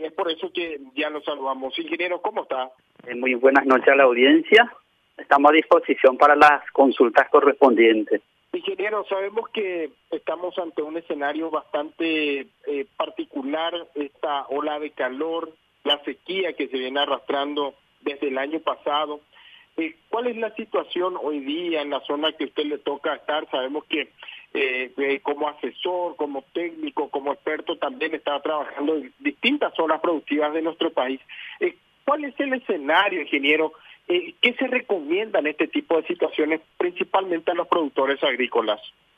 es por eso que ya lo saludamos. Ingeniero, ¿cómo está? Muy buenas noches a la audiencia. Estamos a disposición para las consultas correspondientes. Ingeniero, sabemos que estamos ante un escenario bastante particular, esta ola de calor, la sequía que se viene arrastrando desde el año pasado. ¿Cuál es la situación hoy día en la zona que a usted le toca estar? Sabemos que como asesor, como técnico, como experto también está trabajando en distintas zonas productivas de nuestro país. ¿Cuál es el escenario, ingeniero? ¿Qué se recomienda en este tipo de situaciones, principalmente a los productores agrícolas?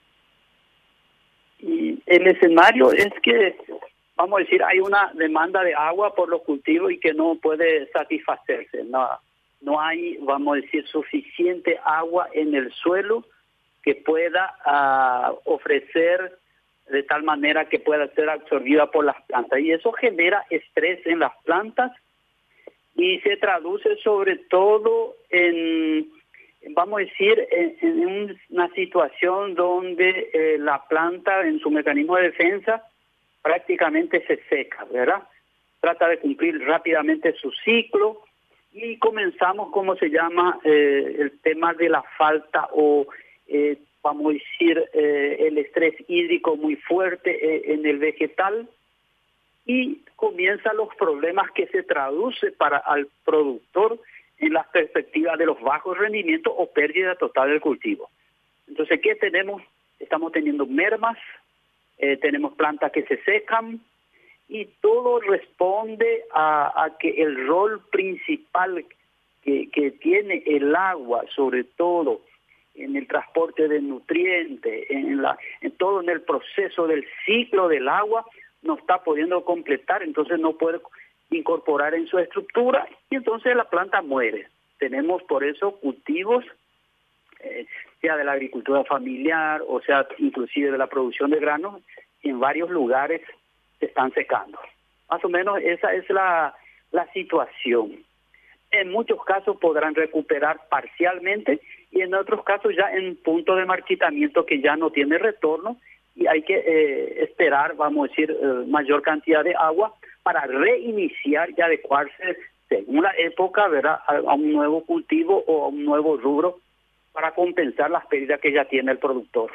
Y el escenario es que, vamos a decir, hay una demanda de agua por los cultivos y que no puede satisfacerse. No hay, vamos a decir, suficiente agua en el suelo que pueda ofrecer de tal manera que pueda ser absorbida por las plantas. Y eso genera estrés en las plantas y se traduce sobre todo en, vamos a decir, en una situación donde la planta en su mecanismo de defensa prácticamente se seca, ¿verdad? Trata de cumplir rápidamente su ciclo y comenzamos, como se llama, el tema de la falta o, vamos a decir, el estrés hídrico muy fuerte en el vegetal. Y comienzan los problemas que se traduce para al productor en las perspectivas de los bajos rendimientos o pérdida total del cultivo. Entonces, ¿qué tenemos? Estamos teniendo mermas, tenemos plantas que se secan y todo responde a que el rol principal que tiene el agua, sobre todo en el transporte de nutrientes, en todo en el proceso del ciclo del agua, no está pudiendo completar, entonces no puede incorporar en su estructura y entonces la planta muere. Tenemos por eso cultivos, sea de la agricultura familiar o sea inclusive de la producción de granos, en varios lugares se están secando. Más o menos esa es la situación. En muchos casos podrán recuperar parcialmente y en otros casos ya en punto de marchitamiento que ya no tiene retorno y hay que esperar, vamos a decir, mayor cantidad de agua para reiniciar y adecuarse según la época, ¿verdad?, a un nuevo cultivo o a un nuevo rubro para compensar las pérdidas que ya tiene el productor.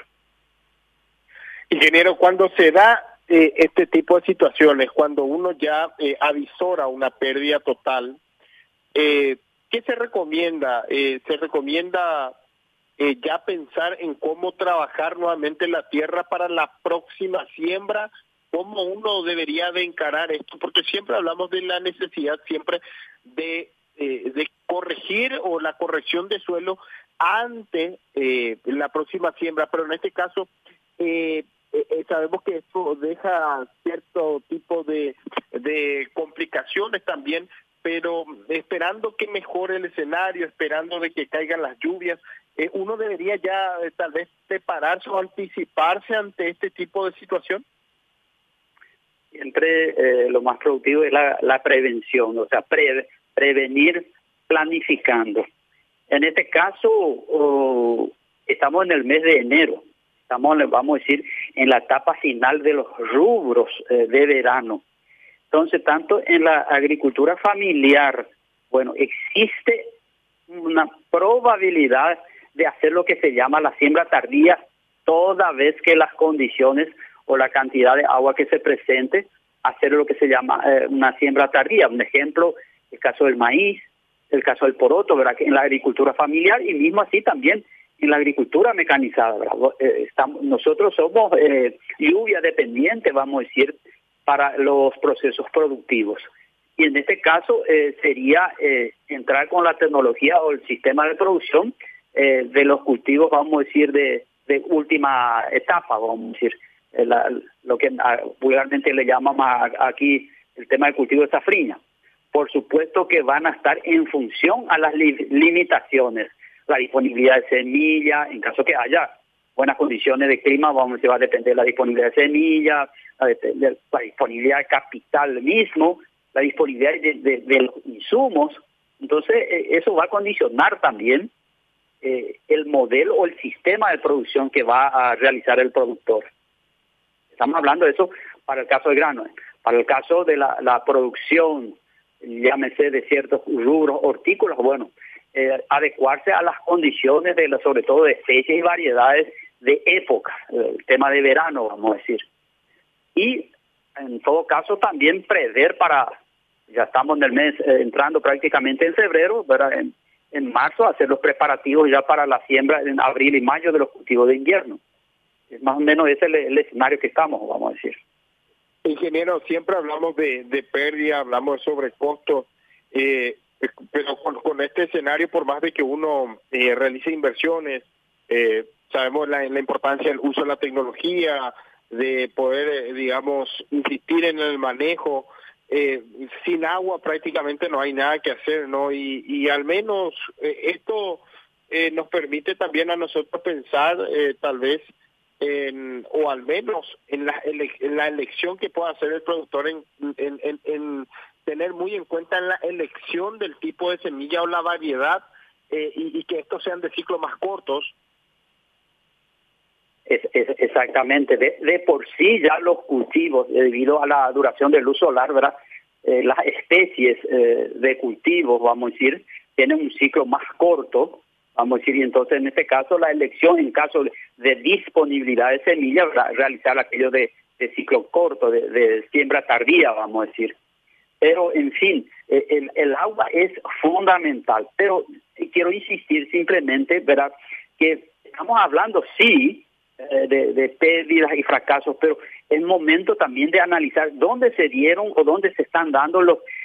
Ingeniero, cuando se da este tipo de situaciones, cuando uno ya avisora una pérdida total, ¿qué se recomienda? ¿Se recomienda ya pensar en cómo trabajar nuevamente la tierra para la próxima siembra? ¿Cómo uno debería de encarar esto? Porque siempre hablamos de la necesidad siempre de corregir o la corrección de suelo ante la próxima siembra, pero en este caso sabemos que esto deja cierto tipo de complicaciones también, pero esperando que mejore el escenario, esperando de que caigan las lluvias, uno debería ya tal vez prepararse o anticiparse ante este tipo de situación. Siempre lo más productivo es la prevención, o sea, prevenir planificando. En este caso, estamos en el mes de enero, estamos, vamos a decir, en la etapa final de los rubros de verano. Entonces, tanto en la agricultura familiar, bueno, existe una probabilidad de hacer lo que se llama la siembra tardía, toda vez que las condiciones o la cantidad de agua que se presente, hacer lo que se llama una siembra tardía. Un ejemplo, el caso del maíz, el caso del poroto, ¿verdad?, que en la agricultura familiar y mismo así también en la agricultura mecanizada, ¿verdad? Nosotros somos lluvia dependiente, vamos a decir, para los procesos productivos. Y en este caso sería entrar con la tecnología o el sistema de producción de los cultivos, vamos a decir, de última etapa, vamos a decir, lo que vulgarmente le llamamos aquí el tema del cultivo de safriña. Por supuesto que van a estar en función a las limitaciones, la disponibilidad de semilla, en caso que haya buenas condiciones de clima, vamos a decir, va a depender de la disponibilidad de semilla, la disponibilidad de capital mismo, la disponibilidad de los insumos. Entonces, eso va a condicionar también el modelo o el sistema de producción que va a realizar el productor. Estamos hablando de eso para el caso del grano. Para el caso de la producción, llámese de ciertos rubros hortícolas, bueno, adecuarse a las condiciones sobre todo de especies y variedades de época, el tema de verano, vamos a decir. Y en todo caso también prever ya estamos en el mes entrando prácticamente en febrero, ¿verdad? En marzo hacer los preparativos ya para la siembra en abril y mayo de los cultivos de invierno. Es más o menos ese el escenario que estamos, vamos a decir. Ingeniero, siempre hablamos de pérdida, hablamos de sobrecosto, pero con este escenario, por más de que uno realice inversiones, sabemos la importancia del uso de la tecnología, de poder, digamos, insistir en el manejo. Sin agua prácticamente no hay nada que hacer, ¿no? Y al menos esto nos permite también a nosotros pensar tal vez o al menos en la elección que pueda hacer el productor en tener muy en cuenta en la elección del tipo de semilla o la variedad y que estos sean de ciclos más cortos. Exactamente, de por sí ya los cultivos, debido a la duración de luz solar, ¿verdad? Las especies de cultivos, vamos a decir, tienen un ciclo más corto, vamos a decir, y entonces en este caso la elección en caso de disponibilidad de semillas, realizar aquello de ciclo corto, de siembra tardía, vamos a decir. Pero, en fin, el agua es fundamental, pero quiero insistir simplemente, ¿verdad?, que estamos hablando, sí, de pérdidas y fracasos, pero es momento también de analizar dónde se dieron o dónde se están dando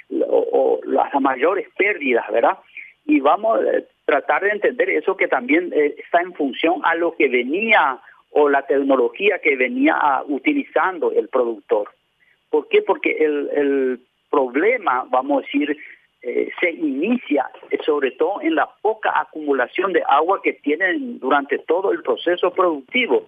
las mayores pérdidas, ¿verdad? Y vamos a tratar de entender eso que también está en función a lo que venía o la tecnología que venía utilizando el productor. ¿Por qué? Porque el problema, vamos a decir, se inicia sobre todo en la poca acumulación de agua que tienen durante todo el proceso productivo.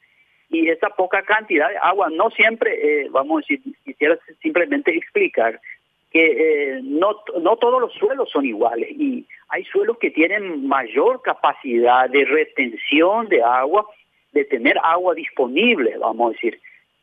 Y esa poca cantidad de agua no siempre, vamos a decir, quisiera simplemente explicar que no todos los suelos son iguales y hay suelos que tienen mayor capacidad de retención de agua, de tener agua disponible, vamos a decir.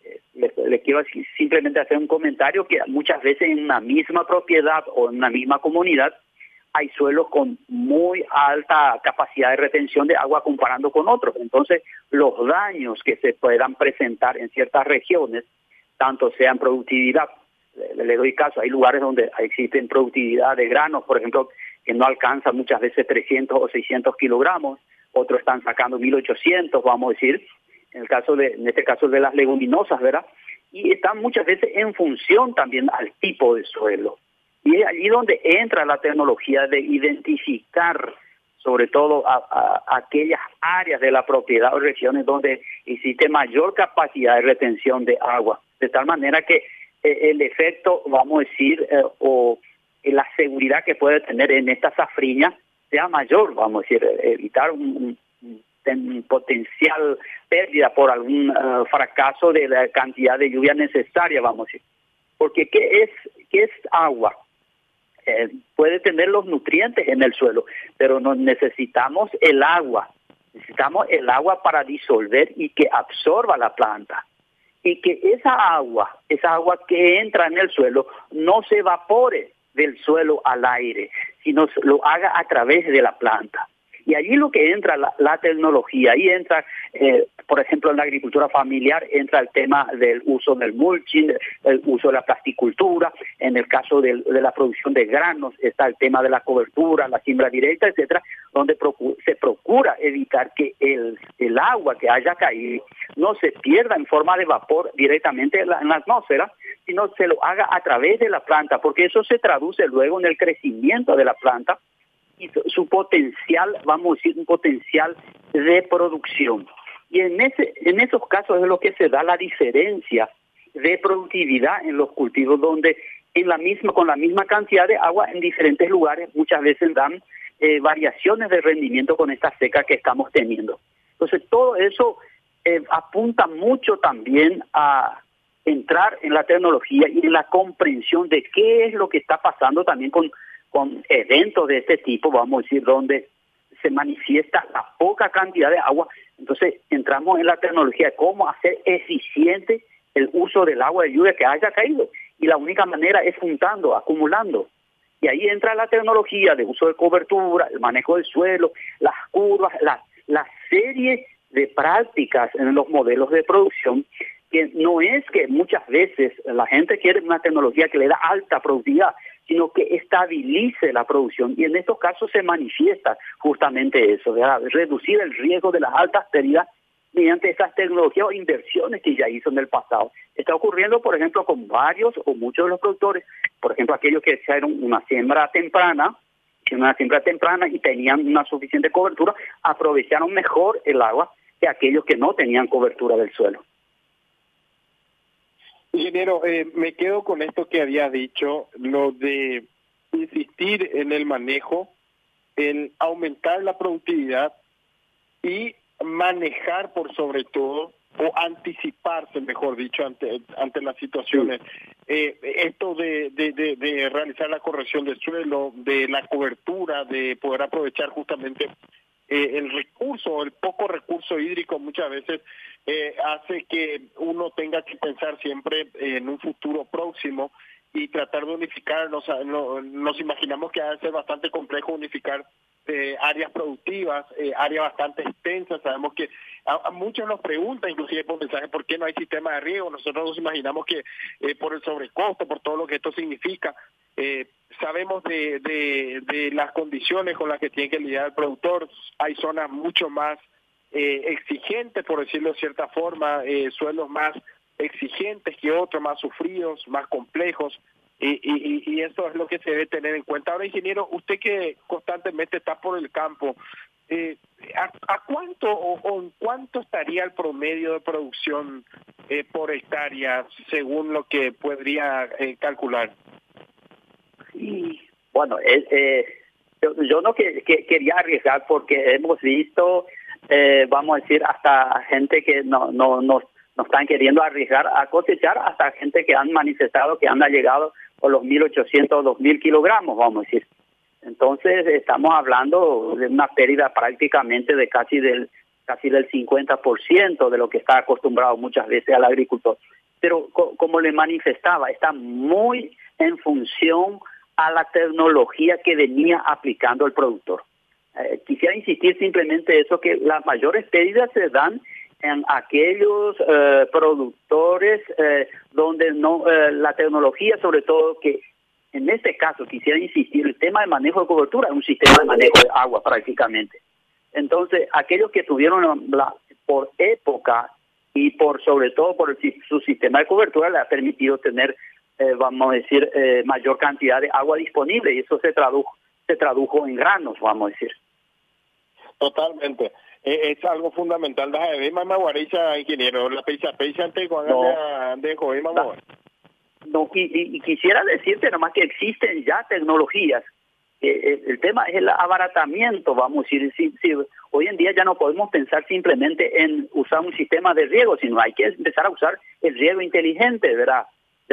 Le quiero simplemente hacer un comentario que muchas veces en una misma propiedad o en una misma comunidad hay suelos con muy alta capacidad de retención de agua comparando con otros. Entonces, los daños que se puedan presentar en ciertas regiones, tanto sean productividad, le doy caso, hay lugares donde existen productividad de granos, por ejemplo, que no alcanza muchas veces 300 o 600 kilogramos, otros están sacando 1800, vamos a decir, en este caso de las leguminosas, ¿verdad? Y están muchas veces en función también al tipo de suelo. Y es allí donde entra la tecnología de identificar, sobre todo a aquellas áreas de la propiedad o regiones donde existe mayor capacidad de retención de agua, de tal manera que el efecto, vamos a decir, o la seguridad que puede tener en esta safriña sea mayor, vamos a decir, evitar un potencial pérdida por algún fracaso de la cantidad de lluvia necesaria, vamos a decir. Porque ¿qué es agua? Puede tener los nutrientes en el suelo, pero necesitamos el agua. Necesitamos el agua para disolver y que absorba la planta. Y que esa agua que entra en el suelo, no se evapore del suelo al aire, sino lo haga a través de la planta. Y allí lo que entra la tecnología, ahí entra, por ejemplo, en la agricultura familiar, entra el tema del uso del mulching, el uso de la plasticultura, en el caso de la producción de granos está el tema de la cobertura, la siembra directa, etcétera, donde se procura evitar que el agua que haya caído no se pierda en forma de vapor directamente en la atmósfera, sino se lo haga a través de la planta, porque eso se traduce luego en el crecimiento de la planta y su potencial, vamos a decir, un potencial de producción. Y en esos casos es lo que se da la diferencia de productividad en los cultivos, donde con la misma cantidad de agua en diferentes lugares muchas veces dan variaciones de rendimiento con esta seca que estamos teniendo. Entonces todo eso apunta mucho también a entrar en la tecnología y en la comprensión de qué es lo que está pasando también con eventos de este tipo, vamos a decir, donde se manifiesta la poca cantidad de agua. Entonces entramos en la tecnología de cómo hacer eficiente el uso del agua de lluvia que haya caído. y la única manera es juntando, acumulando. Y ahí entra la tecnología de uso de cobertura, el manejo del suelo, las curvas, la serie de prácticas en los modelos de producción, que no es que muchas veces la gente quiere una tecnología que le da alta productividad, sino que estabilice la producción. Y en estos casos se manifiesta justamente eso, ¿verdad? Reducir el riesgo de las altas pérdidas mediante estas tecnologías o inversiones que ya hizo en el pasado. Está ocurriendo, por ejemplo, con varios o muchos de los productores, por ejemplo, aquellos que hicieron una siembra temprana y tenían una suficiente cobertura, aprovecharon mejor el agua que aquellos que no tenían cobertura del suelo. Ingeniero, me quedo con esto que había dicho, lo de insistir en el manejo, en aumentar la productividad y manejar por sobre todo, o anticiparse, mejor dicho, ante las situaciones. Esto de realizar la corrección del suelo, de la cobertura, de poder aprovechar justamente el recurso, el poco recurso hídrico muchas veces hace que uno tenga que pensar siempre en un futuro próximo y tratar de unificar. Nos imaginamos que va a ser bastante complejo unificar áreas productivas, áreas bastante extensas. Sabemos que a muchos nos preguntan, inclusive por mensaje, ¿por qué no hay sistema de riego? Nosotros nos imaginamos que por el sobrecosto, por todo lo que esto significa. Sabemos de las condiciones con las que tiene que lidiar el productor. Hay zonas mucho más exigentes, por decirlo de cierta forma, suelos más exigentes que otros, más sufridos, más complejos. Y eso es lo que se debe tener en cuenta. Ahora, ingeniero, usted que constantemente está por el campo, ¿a cuánto o en cuánto estaría el promedio de producción por hectárea según lo que podría calcular? Y bueno, yo no quería arriesgar porque hemos visto, vamos a decir, hasta gente que no están queriendo arriesgar a cosechar, hasta gente que han manifestado que han llegado a los 1.800 o 2.000 kilogramos, vamos a decir. Entonces estamos hablando de una pérdida prácticamente de casi del 50% de lo que está acostumbrado muchas veces al agricultor. Pero como le manifestaba, está muy en función a la tecnología que venía aplicando el productor. Quisiera insistir simplemente eso, que las mayores pérdidas se dan en aquellos productores donde no la tecnología, sobre todo, que en este caso quisiera insistir, el tema de manejo de cobertura es un sistema de manejo de agua prácticamente. Entonces, aquellos que tuvieron por época y sobre todo por su sistema de cobertura le ha permitido tener, vamos a decir, mayor cantidad de agua disponible, y eso se tradujo en granos, vamos a decir. Totalmente. Es algo fundamental. Ingeniero, la no, y quisiera decirte nomás que existen ya tecnologías. El tema es el abaratamiento, vamos a decir. Si hoy en día ya no podemos pensar simplemente en usar un sistema de riego, sino hay que empezar a usar el riego inteligente, ¿verdad?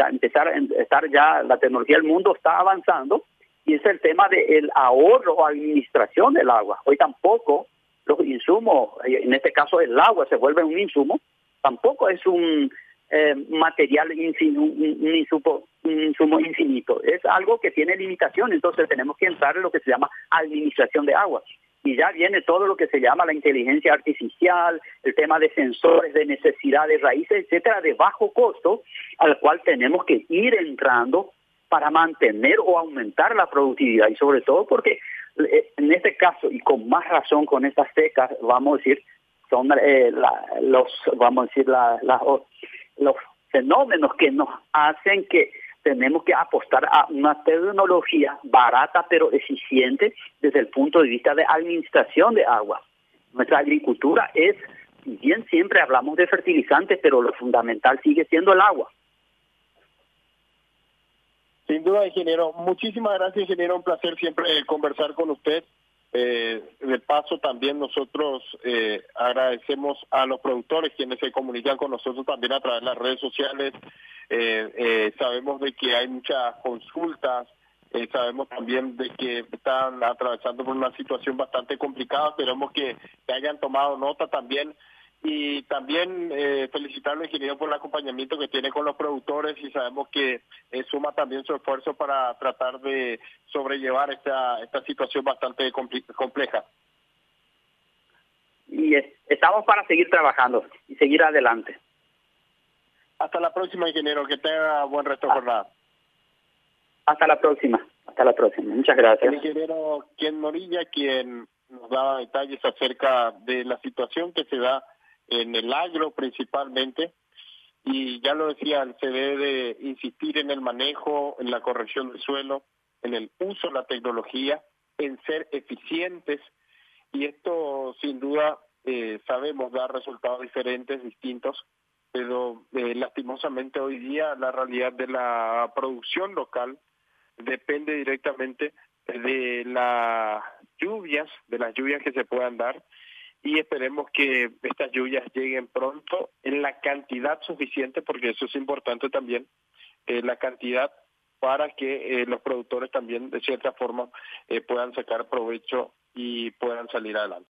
La tecnología del mundo está avanzando, y es el tema del ahorro o administración del agua. Hoy tampoco los insumos, en este caso el agua se vuelve un insumo, tampoco es un material un insumo infinito, es algo que tiene limitación. Entonces tenemos que entrar en lo que se llama administración de agua, y ya viene todo lo que se llama la inteligencia artificial, el tema de sensores de necesidades, raíces, etcétera, de bajo costo, al cual tenemos que ir entrando para mantener o aumentar la productividad. Y sobre todo porque en este caso, y con más razón con estas secas, vamos a decir, son los fenómenos que nos hacen que tenemos que apostar a una tecnología barata pero eficiente desde el punto de vista de administración de agua. Nuestra agricultura es, si bien siempre hablamos de fertilizantes, pero lo fundamental sigue siendo el agua. Sin duda, ingeniero. Muchísimas gracias, ingeniero. Un placer siempre conversar con usted. De paso, también nosotros agradecemos a los productores quienes se comunican con nosotros también a través de las redes sociales. Sabemos de que hay muchas consultas, sabemos también de que están atravesando por una situación bastante complicada. Esperemos que hayan tomado nota también Y también felicitar al ingeniero por el acompañamiento que tiene con los productores y sabemos que suma también su esfuerzo para tratar de sobrellevar esta situación bastante compleja. Y estamos para seguir trabajando y seguir adelante. Hasta la próxima, ingeniero, que tenga buen resto de jornada. Hasta la próxima, muchas gracias. El ingeniero Ken Morilla, quien nos daba detalles acerca de la situación que se da en el agro principalmente, y ya lo decían, se debe insistir en el manejo, en la corrección del suelo, en el uso de la tecnología, en ser eficientes, y esto sin duda sabemos dar resultados diferentes, distintos, pero lastimosamente hoy día la realidad de la producción local depende directamente de las lluvias que se puedan dar, y esperemos que estas lluvias lleguen pronto en la cantidad suficiente, porque eso es importante también, la cantidad, para que los productores también de cierta forma puedan sacar provecho y puedan salir adelante.